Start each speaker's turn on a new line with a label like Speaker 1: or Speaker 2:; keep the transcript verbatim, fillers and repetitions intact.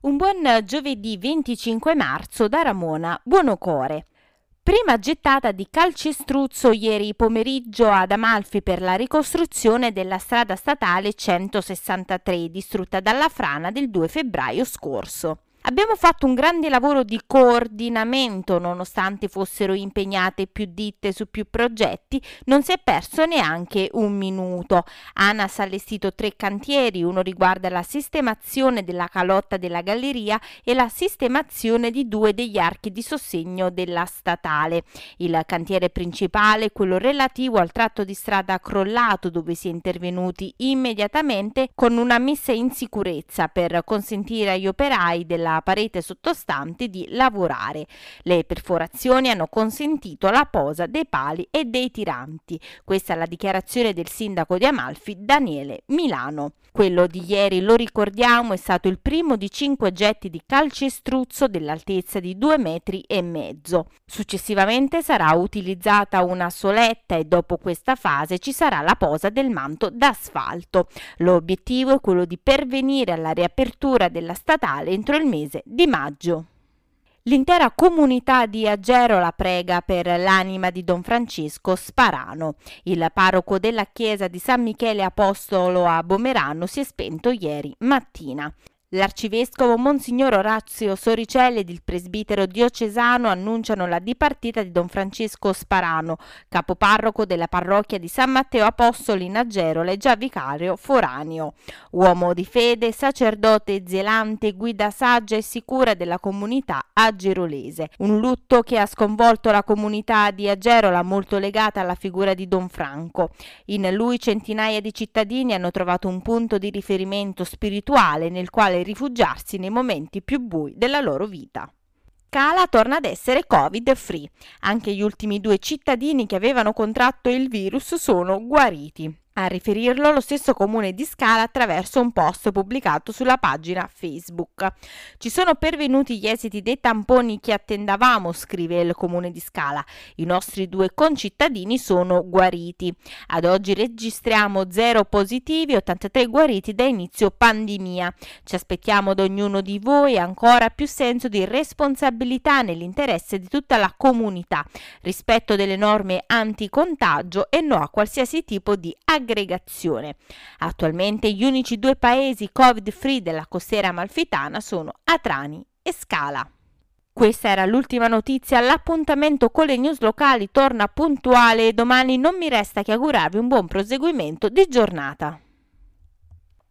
Speaker 1: Un buon giovedì venticinque marzo da Ramona Buonocore. Prima gettata di calcestruzzo ieri pomeriggio ad Amalfi per la ricostruzione della strada statale centosessantatré distrutta dalla frana del due febbraio scorso. Abbiamo fatto un grande lavoro di coordinamento, nonostante fossero impegnate più ditte su più progetti, non si è perso neanche un minuto. ANAS ha allestito tre cantieri, uno riguarda la sistemazione della calotta della galleria e la sistemazione di due degli archi di sostegno della statale. Il cantiere principale, quello relativo al tratto di strada crollato, dove si è intervenuti immediatamente con una messa in sicurezza per consentire agli operai della parete sottostante di lavorare. Le perforazioni hanno consentito la posa dei pali e dei tiranti. Questa è la dichiarazione del sindaco di Amalfi, Daniele Milano. Quello di ieri, lo ricordiamo, è stato il primo di cinque getti di calcestruzzo dell'altezza di due metri e mezzo. Successivamente sarà utilizzata una soletta e dopo questa fase ci sarà la posa del manto d'asfalto. L'obiettivo è quello di pervenire alla riapertura della statale entro il mese di maggio. L'intera comunità di Agerola prega per l'anima di Don Francesco Sparano. Il parroco della chiesa di San Michele Apostolo a Bomerano si è spento ieri mattina. L'arcivescovo Monsignor Orazio Soricelli ed il presbitero diocesano annunciano la dipartita di Don Francesco Sparano, capoparroco della parrocchia di San Matteo Apostolo in Agerola e già vicario foraneo. Uomo di fede, sacerdote zelante, guida saggia e sicura della comunità agerolese. Un lutto che ha sconvolto la comunità di Agerola, molto legata alla figura di Don Franco. In lui centinaia di cittadini hanno trovato un punto di riferimento spirituale nel quale rifugiarsi nei momenti più bui della loro vita. Cala torna ad essere Covid free. Anche gli ultimi due cittadini che avevano contratto il virus sono guariti. A riferirlo lo stesso comune di Scala attraverso un post pubblicato sulla pagina Facebook. Ci sono pervenuti gli esiti dei tamponi che attendavamo, scrive il comune di Scala. I nostri due concittadini sono guariti. Ad oggi registriamo zero positivi e ottantatré guariti da inizio pandemia. Ci aspettiamo da ognuno di voi ancora più senso di responsabilità nell'interesse di tutta la comunità, rispetto delle norme anticontagio e no a qualsiasi tipo di aggregazione. aggregazione. Attualmente gli unici due paesi Covid free della costiera amalfitana sono Atrani e Scala. Questa era l'ultima notizia, l'appuntamento con le news locali torna puntuale e domani non mi resta che augurarvi un buon proseguimento di giornata.